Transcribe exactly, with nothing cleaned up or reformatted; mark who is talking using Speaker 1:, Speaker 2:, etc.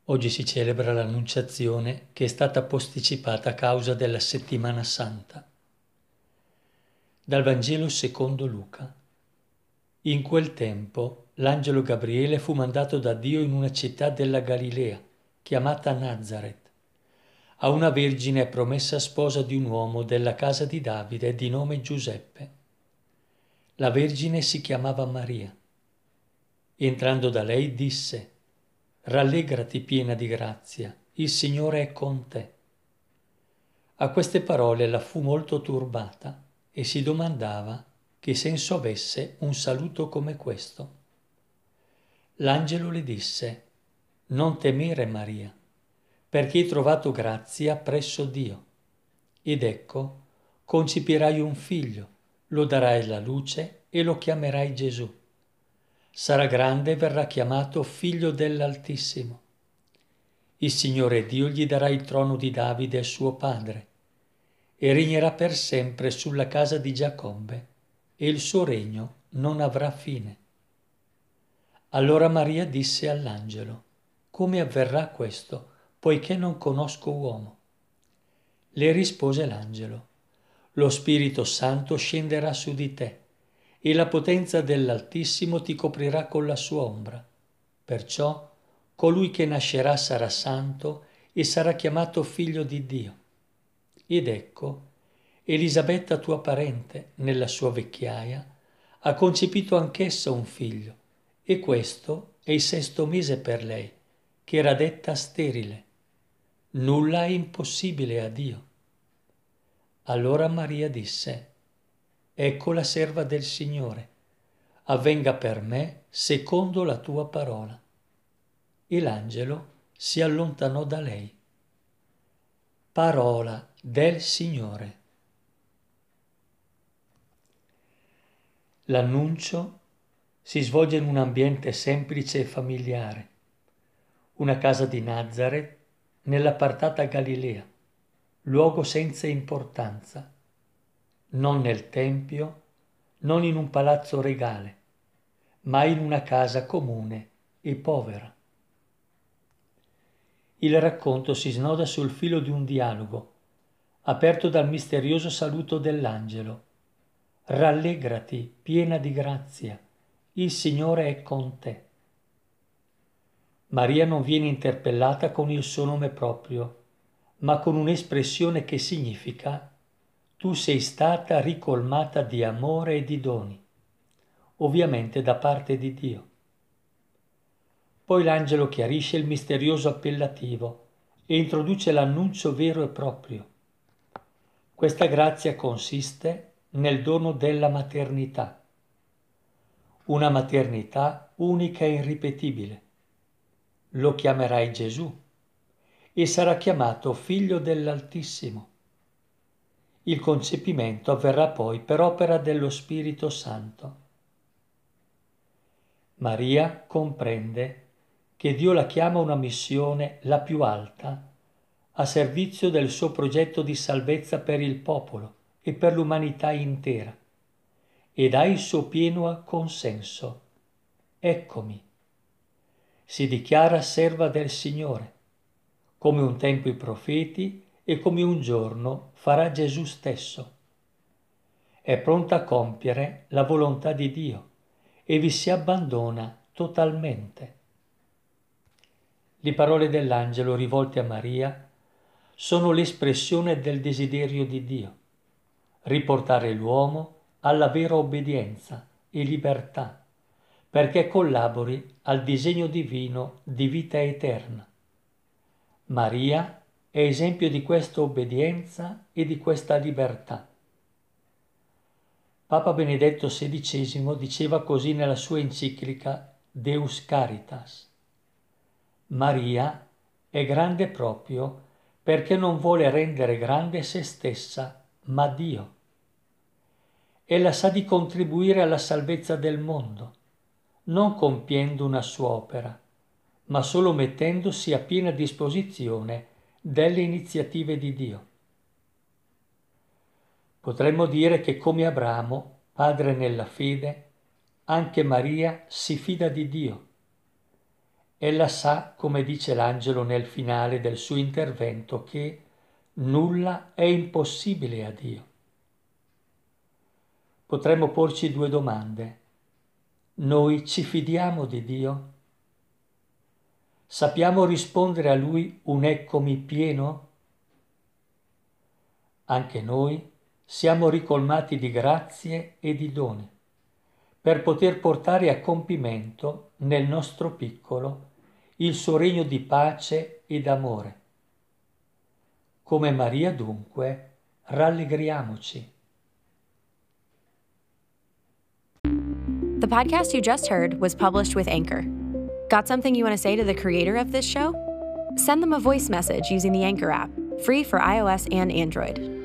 Speaker 1: Oggi si celebra l'Annunciazione che è stata posticipata a causa della Settimana Santa. Dal Vangelo secondo Luca. In quel tempo l'angelo Gabriele fu mandato da Dio in una città della Galilea, chiamata Nazaret, a una vergine promessa sposa di un uomo della casa di Davide di nome Giuseppe. La vergine si chiamava Maria. Entrando da lei disse: Rallegrati piena di grazia, il Signore è con te. A queste parole la fu molto turbata e si domandava che senso avesse un saluto come questo. L'angelo le disse: Non temere, Maria, perché hai trovato grazia presso Dio. Ed ecco, concepirai un figlio, lo darai alla luce e lo chiamerai Gesù. Sarà grande e verrà chiamato Figlio dell'Altissimo. Il Signore Dio gli darà il trono di Davide suo padre, e regnerà per sempre sulla casa di Giacobbe, e il suo regno non avrà fine. Allora Maria disse all'angelo: Come avverrà questo, poiché non conosco uomo? Le rispose l'angelo: Lo Spirito Santo scenderà su di te, e la potenza dell'Altissimo ti coprirà con la sua ombra. Perciò colui che nascerà sarà santo e sarà chiamato figlio di Dio. Ed ecco, Elisabetta tua parente, nella sua vecchiaia, ha concepito anch'essa un figlio, e questo è il sesto mese per lei, che era detta sterile. Nulla è impossibile a Dio. Allora Maria disse: Ecco la serva del Signore, avvenga per me secondo la tua parola. E l'angelo si allontanò da lei. Parola del Signore. L'annuncio si svolge in un ambiente semplice e familiare, una casa di Nazaret nell'appartata Galilea, luogo senza importanza, non nel tempio, non in un palazzo regale, ma in una casa comune e povera. Il racconto si snoda sul filo di un dialogo, aperto dal misterioso saluto dell'angelo. Rallegrati, piena di grazia, il Signore è con te. Maria non viene interpellata con il suo nome proprio, ma con un'espressione che significa: tu sei stata ricolmata di amore e di doni, ovviamente da parte di Dio. Poi l'angelo chiarisce il misterioso appellativo e introduce l'annuncio vero e proprio. Questa grazia consiste nel dono della maternità, una maternità unica e irripetibile. Lo chiamerai Gesù e sarà chiamato Figlio dell'Altissimo. Il concepimento avverrà poi per opera dello Spirito Santo. Maria comprende che Dio la chiama a una missione la più alta, a servizio del suo progetto di salvezza per il popolo e per l'umanità intera, ed ha il suo pieno consenso. Eccomi. Si dichiara serva del Signore, come un tempo i profeti e come un giorno farà Gesù stesso. È pronta a compiere la volontà di Dio e vi si abbandona totalmente. Le parole dell'angelo rivolte a Maria sono l'espressione del desiderio di Dio, riportare l'uomo alla vera obbedienza e libertà, perché collabori al disegno divino di vita eterna. Maria è esempio di questa obbedienza e di questa libertà. Papa Benedetto sedicesimo diceva così nella sua enciclica Deus Caritas: Maria è grande proprio perché non vuole rendere grande se stessa, ma Dio. Ella sa di contribuire alla salvezza del mondo, non compiendo una sua opera, ma solo mettendosi a piena disposizione delle iniziative di Dio. Potremmo dire che come Abramo, padre nella fede, anche Maria si fida di Dio. Ella sa, come dice l'angelo nel finale del suo intervento, che nulla è impossibile a Dio. Potremmo porci due domande. Noi ci fidiamo di Dio? Sappiamo rispondere a Lui un eccomi pieno? Anche noi siamo ricolmati di grazie e di doni per poter portare a compimento nel nostro piccolo il suo regno di pace e d'amore. Come Maria dunque, rallegriamoci.
Speaker 2: The podcast you just heard was published with Anchor. Got something you want to say to the creator of this show? Send them a voice message using the Anchor app, free for iOS and Android.